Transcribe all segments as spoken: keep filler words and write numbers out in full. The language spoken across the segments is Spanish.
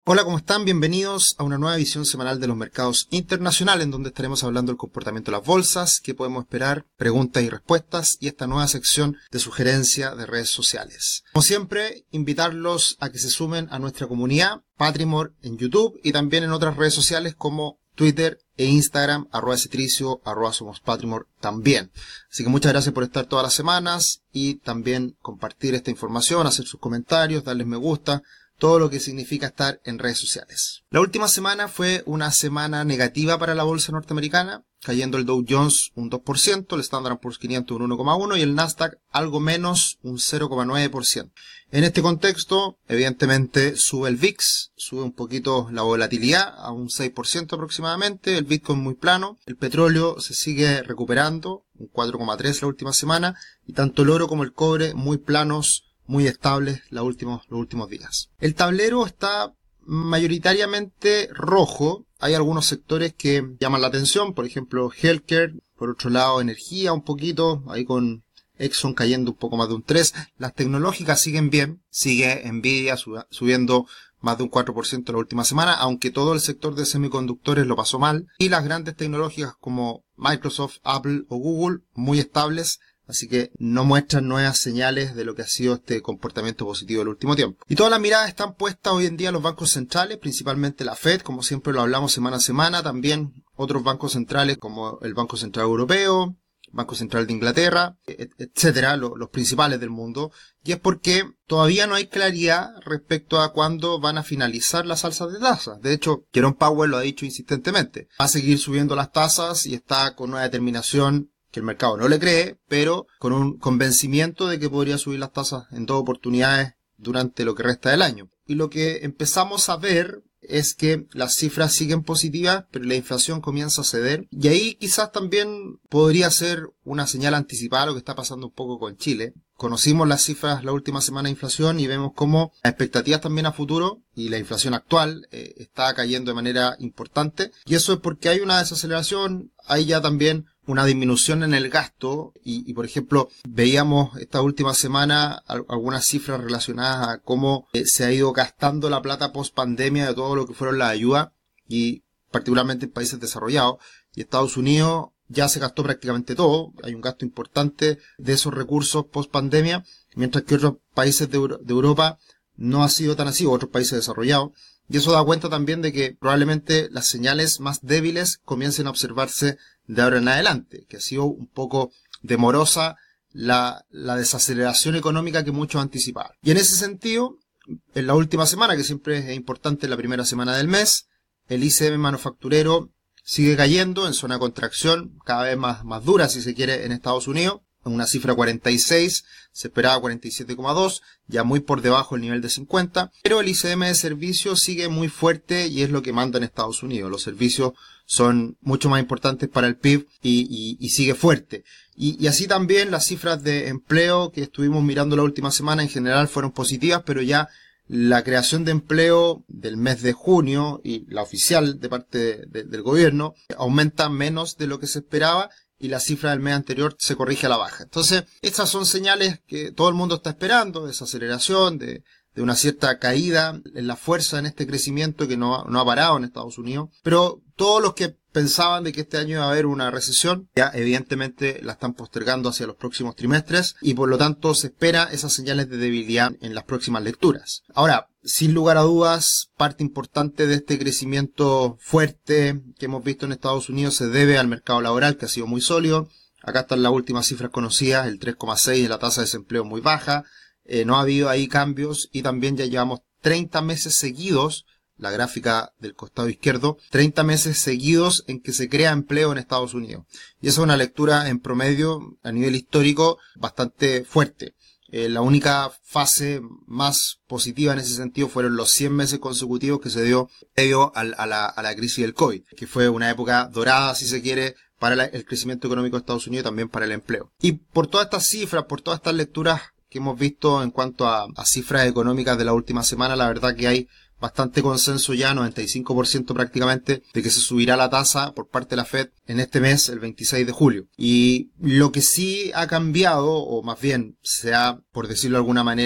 Hola, ¿cómo están? Bienvenidos a una nueva visión semanal de los mercados internacionales, en donde estaremos hablando del comportamiento de las bolsas, qué podemos esperar, preguntas y respuestas, y esta nueva sección de sugerencia de redes sociales. Como siempre, invitarlos a que se sumen a nuestra comunidad Patrimor en YouTube y también en otras redes sociales como Twitter e Instagram, arroba cetricio, arroba somos Patrimor también. Así que muchas gracias por estar todas las semanas y también compartir esta información, hacer sus comentarios, darles me gusta, todo lo que significa estar en redes sociales. La última semana fue una semana negativa para la bolsa norteamericana, cayendo el Dow Jones un dos por ciento, el Standard and Poor's quinientos un uno coma uno por ciento y el Nasdaq algo menos, un cero coma nueve por ciento. En este contexto, evidentemente, sube el V I X, sube un poquito la volatilidad a un seis por ciento aproximadamente, el Bitcoin muy plano, el petróleo se sigue recuperando, un cuatro coma tres por ciento la última semana, y tanto el oro como el cobre muy planos, muy estables los últimos, los últimos días. El tablero está mayoritariamente rojo. Hay algunos sectores que llaman la atención, por ejemplo, healthcare, por otro lado, energía un poquito, ahí con Exxon cayendo un poco más de un tres. Las tecnológicas siguen bien, sigue Nvidia sub- subiendo más de un cuatro por ciento la última semana, aunque todo el sector de semiconductores lo pasó mal. Y las grandes tecnológicas como Microsoft, Apple o Google, muy estables. Así que no muestran nuevas señales de lo que ha sido este comportamiento positivo del último tiempo. Y todas las miradas están puestas hoy en día en los bancos centrales, principalmente la Fed, como siempre lo hablamos semana a semana, también otros bancos centrales como el Banco Central Europeo, Banco Central de Inglaterra, etcétera, los principales del mundo. Y es porque todavía no hay claridad respecto a cuándo van a finalizar las alzas de tasas. De hecho, Jerome Powell lo ha dicho insistentemente. Va a seguir subiendo las tasas y está con una determinación que el mercado no le cree, pero con un convencimiento de que podría subir las tasas en dos oportunidades durante lo que resta del año. Y lo que empezamos a ver es que las cifras siguen positivas, pero la inflación comienza a ceder. Y ahí quizás también podría ser una señal anticipada a lo que está pasando un poco con Chile. Conocimos las cifras la última semana de inflación y vemos cómo las expectativas también a futuro y la inflación actual eh, está cayendo de manera importante. Y eso es porque hay una desaceleración, hay ya también una disminución en el gasto y, y por ejemplo, veíamos esta última semana algunas cifras relacionadas a cómo eh, se ha ido gastando la plata post pandemia de todo lo que fueron las ayudas y particularmente en países desarrollados. Y Estados Unidos ya se gastó prácticamente todo, hay un gasto importante de esos recursos post pandemia, mientras que otros países de, Euro- de Europa no ha sido tan así, otros países desarrollados. Y eso da cuenta también de que probablemente las señales más débiles comiencen a observarse de ahora en adelante, que ha sido un poco demorosa la, la desaceleración económica que muchos anticipaban. Y en ese sentido, en la última semana, que siempre es importante, la primera semana del mes, el I C M manufacturero sigue cayendo en zona de contracción, cada vez más, más dura si se quiere en Estados Unidos. En una cifra cuarenta y seis, se esperaba cuarenta y siete coma dos, ya muy por debajo del nivel de cincuenta, pero el I C M de servicios sigue muy fuerte y es lo que manda en Estados Unidos. Los servicios son mucho más importantes para el P I B y, y, y sigue fuerte. Y, y así también las cifras de empleo que estuvimos mirando la última semana en general fueron positivas, pero ya la creación de empleo del mes de junio y la oficial de parte de, de, del gobierno aumenta menos de lo que se esperaba y la cifra del mes anterior se corrige a la baja. Entonces, estas son señales que todo el mundo está esperando, de desaceleración, de, de una cierta caída en la fuerza en este crecimiento que no, no ha parado en Estados Unidos. Pero todos los que pensaban de que este año iba a haber una recesión, ya evidentemente la están postergando hacia los próximos trimestres y por lo tanto se espera esas señales de debilidad en las próximas lecturas. Ahora, sin lugar a dudas, parte importante de este crecimiento fuerte que hemos visto en Estados Unidos se debe al mercado laboral, que ha sido muy sólido. Acá están las últimas cifras conocidas, el tres coma seis de la tasa de desempleo muy baja. Eh, no ha habido ahí cambios y también ya llevamos treinta meses seguidos, la gráfica del costado izquierdo, treinta meses seguidos en que se crea empleo en Estados Unidos. Y esa es una lectura en promedio a nivel histórico bastante fuerte. Eh, la única fase más positiva en ese sentido fueron los cien meses consecutivos que se dio previo a, a, la, a la crisis del COVID, que fue una época dorada, si se quiere, para la, el crecimiento económico de Estados Unidos y también para el empleo. Y por todas estas cifras, por todas estas lecturas que hemos visto en cuanto a, a cifras económicas de la última semana, la verdad que hay bastante consenso ya, noventa y cinco por ciento prácticamente, de que se subirá la tasa por parte de la Fed en este mes, el veintiséis de julio. Y lo que sí ha cambiado, o más bien se ha, por decirlo de alguna manera,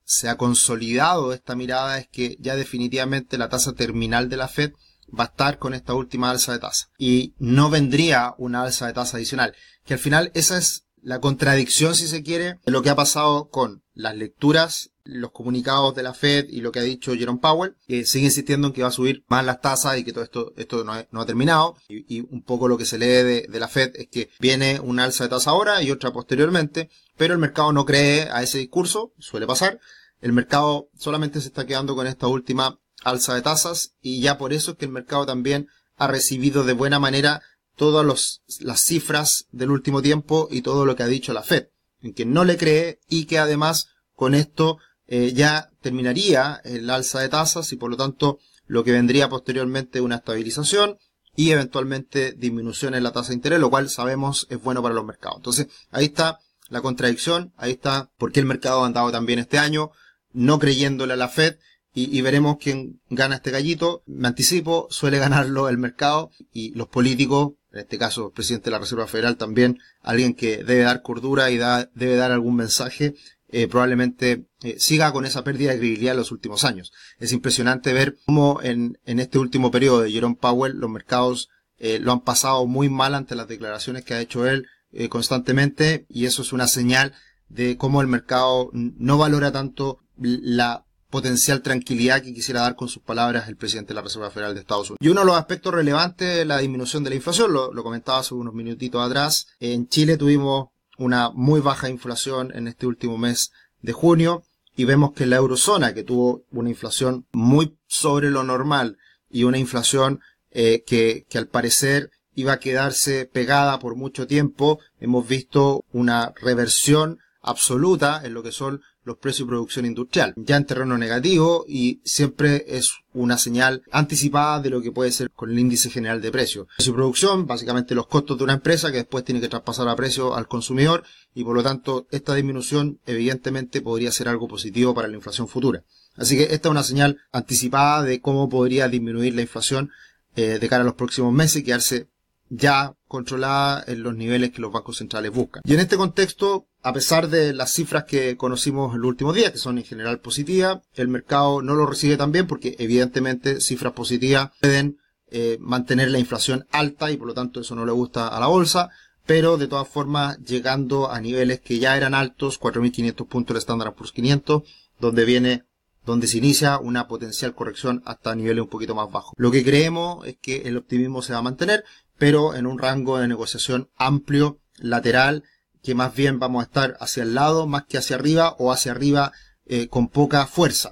se ha consolidado esta mirada es que ya definitivamente la tasa terminal de la Fed va a estar con esta última alza de tasa y no vendría una alza de tasa adicional, que al final esa es la contradicción, si se quiere, de lo que ha pasado con las lecturas, los comunicados de la Fed y lo que ha dicho Jerome Powell, que sigue insistiendo en que va a subir más las tasas y que todo esto esto no, ha, no ha terminado. Y, y un poco lo que se lee de, de la Fed es que viene una alza de tasa ahora y otra posteriormente, pero el mercado no cree a ese discurso, suele pasar. El mercado solamente se está quedando con esta última alza de tasas y ya por eso es que el mercado también ha recibido de buena manera todas los, las cifras del último tiempo y todo lo que ha dicho la Fed, en que no le cree y que además con esto eh, ya terminaría el alza de tasas y por lo tanto lo que vendría posteriormente una estabilización y eventualmente disminución en la tasa de interés, lo cual sabemos es bueno para los mercados. Entonces ahí está la contradicción, ahí está por qué el mercado ha andado tan bien este año, no creyéndole a la Fed. Y, y veremos quién gana este gallito. Me anticipo, suele ganarlo el mercado y los políticos, en este caso el presidente de la Reserva Federal también, alguien que debe dar cordura y da, debe dar algún mensaje, eh, probablemente eh, siga con esa pérdida de credibilidad en los últimos años. Es impresionante ver cómo en, en este último periodo de Jerome Powell los mercados eh, lo han pasado muy mal ante las declaraciones que ha hecho él eh, constantemente y eso es una señal de cómo el mercado no valora tanto la potencial tranquilidad que quisiera dar con sus palabras el presidente de la Reserva Federal de Estados Unidos. Y uno de los aspectos relevantes es la disminución de la inflación, lo, lo comentaba hace unos minutitos atrás. En Chile tuvimos una muy baja inflación en este último mes de junio y vemos que la eurozona, que tuvo una inflación muy sobre lo normal y una inflación eh, que, que al parecer iba a quedarse pegada por mucho tiempo, hemos visto una reversión absoluta en lo que son los precios de producción industrial, ya en terreno negativo y siempre es una señal anticipada de lo que puede ser con el índice general de precios. Precio de producción, básicamente los costos de una empresa que después tiene que traspasar a precio al consumidor y por lo tanto esta disminución evidentemente podría ser algo positivo para la inflación futura. Así que esta es una señal anticipada de cómo podría disminuir la inflación eh, de cara a los próximos meses y quedarse ya controlada en los niveles que los bancos centrales buscan. Y en este contexto, a pesar de las cifras que conocimos en los últimos días, que son en general positivas, el mercado no lo recibe tan bien porque evidentemente cifras positivas pueden eh, mantener la inflación alta y por lo tanto eso no le gusta a la bolsa, pero de todas formas llegando a niveles que ya eran altos, cuatro mil quinientos puntos el Standard and Poor's quinientos, donde viene donde se inicia una potencial corrección hasta niveles un poquito más bajos. Lo que creemos es que el optimismo se va a mantener, pero en un rango de negociación amplio, lateral, que más bien vamos a estar hacia el lado más que hacia arriba o hacia arriba eh, con poca fuerza.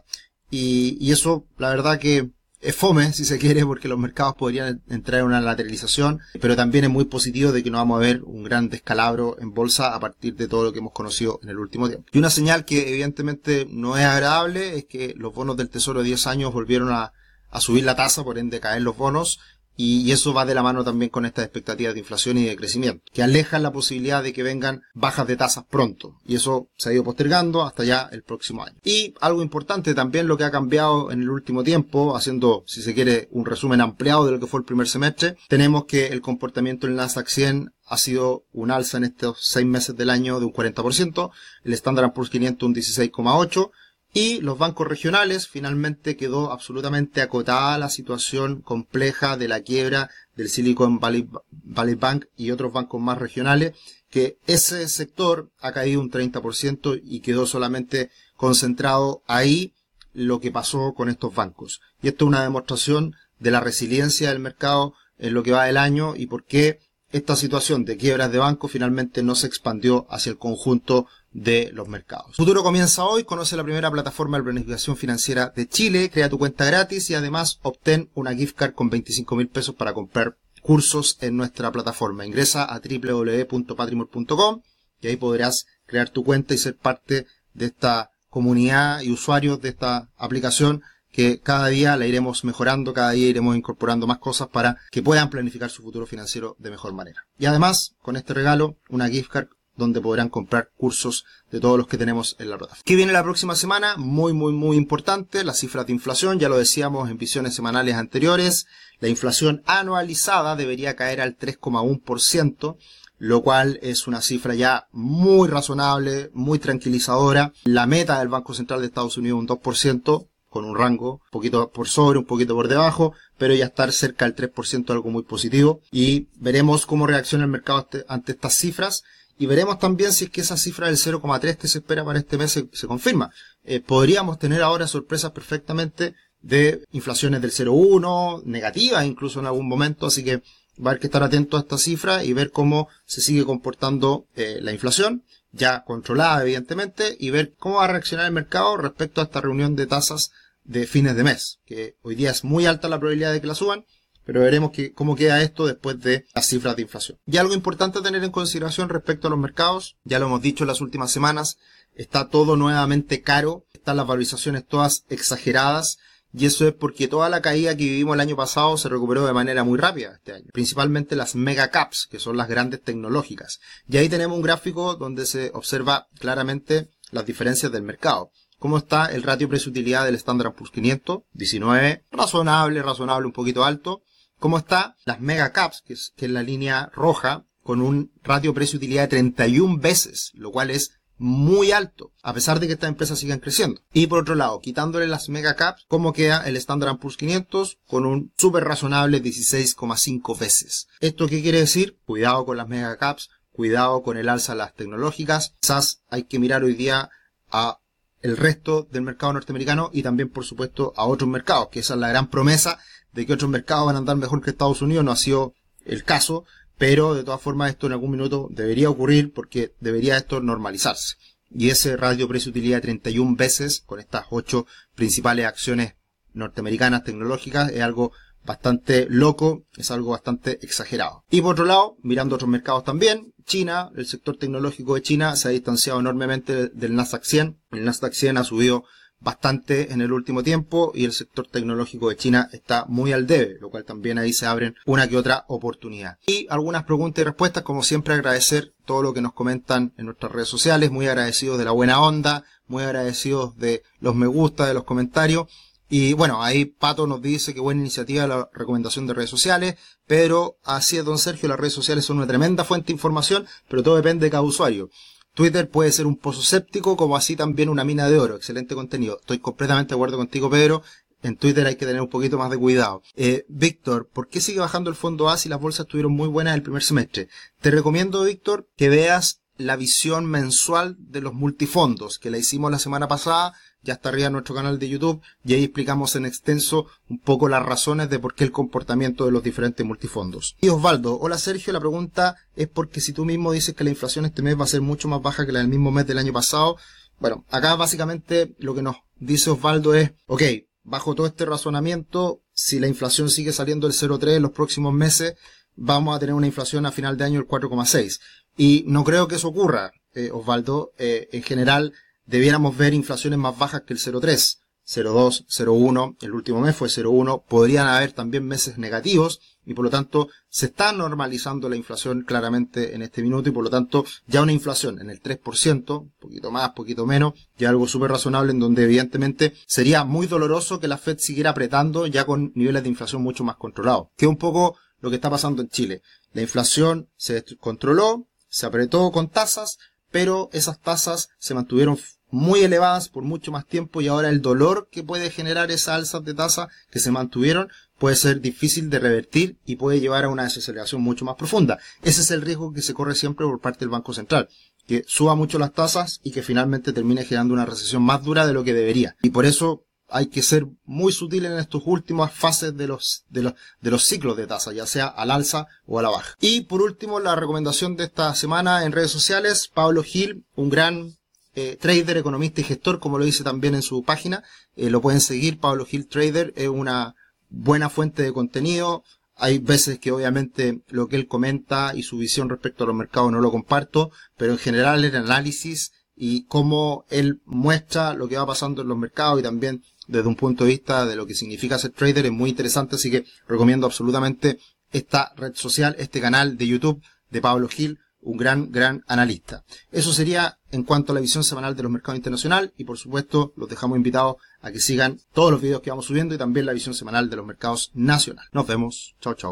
Y, y eso, la verdad que es fome, si se quiere, porque los mercados podrían entrar en una lateralización, pero también es muy positivo de que no vamos a ver un gran descalabro en bolsa a partir de todo lo que hemos conocido en el último tiempo. Y una señal que evidentemente no es agradable es que los bonos del Tesoro de diez años volvieron a, a subir la tasa, por ende caer los bonos, y eso va de la mano también con estas expectativas de inflación y de crecimiento, que alejan la posibilidad de que vengan bajas de tasas pronto, y eso se ha ido postergando hasta ya el próximo año. Y algo importante también lo que ha cambiado en el último tiempo, haciendo, si se quiere, un resumen ampliado de lo que fue el primer semestre, tenemos que el comportamiento del Nasdaq cien ha sido un alza en estos seis meses del año de un cuarenta por ciento, el Standard and Poor's quinientos un dieciséis coma ocho por ciento, y los bancos regionales finalmente quedó absolutamente acotada la situación compleja de la quiebra del Silicon Valley, Valley Bank y otros bancos más regionales, que ese sector ha caído un treinta por ciento y quedó solamente concentrado ahí lo que pasó con estos bancos. Y esto es una demostración de la resiliencia del mercado en lo que va del año y por qué esta situación de quiebras de bancos finalmente no se expandió hacia el conjunto de los mercados. El futuro comienza hoy, conoce la primera plataforma de planificación financiera de Chile, crea tu cuenta gratis y además obtén una gift card con veinticinco mil pesos para comprar cursos en nuestra plataforma. Ingresa a doble u doble u doble u punto patrimor punto com y ahí podrás crear tu cuenta y ser parte de esta comunidad y usuarios de esta aplicación que cada día la iremos mejorando, cada día iremos incorporando más cosas para que puedan planificar su futuro financiero de mejor manera. Y además, con este regalo, una gift card donde podrán comprar cursos de todos los que tenemos en la plataforma. ¿Qué viene la próxima semana? Muy, muy, muy importante. Las cifras de inflación, ya lo decíamos en visiones semanales anteriores. La inflación anualizada debería caer al tres coma uno por ciento. lo cual es una cifra ya muy razonable, muy tranquilizadora. La meta del Banco Central de Estados Unidos es un dos por ciento, con un rango un poquito por sobre, un poquito por debajo, pero ya estar cerca del tres por ciento es algo muy positivo. Y veremos cómo reacciona el mercado ante estas cifras. Y veremos también si es que esa cifra del cero coma tres que se espera para este mes se, se confirma. Eh, podríamos tener ahora sorpresas perfectamente de inflaciones del cero coma uno, negativas incluso en algún momento, así que va a haber que estar atento a esta cifra y ver cómo se sigue comportando eh, la inflación, ya controlada evidentemente, y ver cómo va a reaccionar el mercado respecto a esta reunión de tasas de fines de mes, que hoy día es muy alta la probabilidad de que la suban, pero veremos que, cómo queda esto después de las cifras de inflación. Y algo importante a tener en consideración respecto a los mercados, ya lo hemos dicho en las últimas semanas, está todo nuevamente caro, están las valorizaciones todas exageradas, y eso es porque toda la caída que vivimos el año pasado se recuperó de manera muy rápida este año. Principalmente las mega caps, que son las grandes tecnológicas. Y ahí tenemos un gráfico donde se observa claramente las diferencias del mercado. ¿Cómo está el ratio precio-utilidad del Standard and Poor's quinientos? diecinueve, razonable, razonable, un poquito alto. ¿Cómo está las mega caps, que es, que es la línea roja, con un ratio precio-utilidad de treinta y una veces, lo cual es muy alto, a pesar de que estas empresas sigan creciendo? Y por otro lado, quitándole las mega caps, ¿cómo queda el Standard and Poor's quinientos? Con un súper razonable dieciséis coma cinco veces. ¿Esto qué quiere decir? Cuidado con las mega caps, cuidado con el alza de las tecnológicas. Quizás hay que mirar hoy día a el resto del mercado norteamericano y también, por supuesto, a otros mercados, que esa es la gran promesa de que otros mercados van a andar mejor que Estados Unidos. No ha sido el caso, pero de todas formas esto en algún minuto debería ocurrir porque debería esto normalizarse. Y ese ratio precio-utilidad de treinta y una veces con estas ocho principales acciones norteamericanas tecnológicas es algo bastante loco, es algo bastante exagerado. Y por otro lado, mirando otros mercados también, China, el sector tecnológico de China se ha distanciado enormemente del Nasdaq cien. El Nasdaq cien ha subido bastante en el último tiempo y el sector tecnológico de China está muy al debe, lo cual también ahí se abren una que otra oportunidad. Y algunas preguntas y respuestas, como siempre agradecer todo lo que nos comentan en nuestras redes sociales, muy agradecidos de la buena onda, muy agradecidos de los me gusta, de los comentarios. Y bueno, ahí Pato nos dice que buena iniciativa la recomendación de redes sociales. Pedro, así es don Sergio, las redes sociales son una tremenda fuente de información, pero todo depende de cada usuario. Twitter puede ser un pozo séptico, como así también una mina de oro. Excelente contenido. Estoy completamente de acuerdo contigo, Pedro. En Twitter hay que tener un poquito más de cuidado. Eh, Víctor, ¿por qué sigue bajando el fondo A si las bolsas estuvieron muy buenas el primer semestre? Te recomiendo, Víctor, que veas la visión mensual de los multifondos, que la hicimos la semana pasada. Ya está arriba en nuestro canal de YouTube y ahí explicamos en extenso un poco las razones de por qué el comportamiento de los diferentes multifondos. Y Osvaldo, hola Sergio, la pregunta es porque si tú mismo dices que la inflación este mes va a ser mucho más baja que la del mismo mes del año pasado. Bueno, acá básicamente lo que nos dice Osvaldo es, ok, bajo todo este razonamiento, si la inflación sigue saliendo del cero coma tres en los próximos meses, vamos a tener una inflación a final de año del cuatro coma seis. Y no creo que eso ocurra, eh, Osvaldo. Eh, en general, debiéramos ver inflaciones más bajas que el cero coma tres, cero coma dos, cero coma uno, el último mes fue cero coma uno, podrían haber también meses negativos y por lo tanto se está normalizando la inflación claramente en este minuto y por lo tanto ya una inflación en el tres por ciento, un poquito más, poquito menos, ya algo súper razonable en donde evidentemente sería muy doloroso que la Fed siguiera apretando ya con niveles de inflación mucho más controlados, que es un poco lo que está pasando en Chile. La inflación se controló, se apretó con tasas, pero esas tasas se mantuvieron muy elevadas por mucho más tiempo y ahora el dolor que puede generar esas alzas de tasa que se mantuvieron puede ser difícil de revertir y puede llevar a una desaceleración mucho más profunda. Ese es el riesgo que se corre siempre por parte del Banco Central, que suba mucho las tasas y que finalmente termine generando una recesión más dura de lo que debería. Y por eso hay que ser muy sutil en estas últimas fases de los, de los, de los ciclos de tasa, ya sea al alza o a la baja. Y por último, la recomendación de esta semana en redes sociales, Pablo Gil, un gran eh, trader, economista y gestor, como lo dice también en su página, eh, lo pueden seguir, Pablo Gil Trader, es una buena fuente de contenido. Hay veces que obviamente lo que él comenta y su visión respecto a los mercados no lo comparto, pero en general el análisis y cómo él muestra lo que va pasando en los mercados y también desde un punto de vista de lo que significa ser trader es muy interesante, así que recomiendo absolutamente esta red social, este canal de YouTube de Pablo Gil, un gran, gran analista. Eso sería en cuanto a la visión semanal de los mercados internacionales y por supuesto los dejamos invitados a que sigan todos los videos que vamos subiendo y también la visión semanal de los mercados nacionales. Nos vemos. Chao, chao.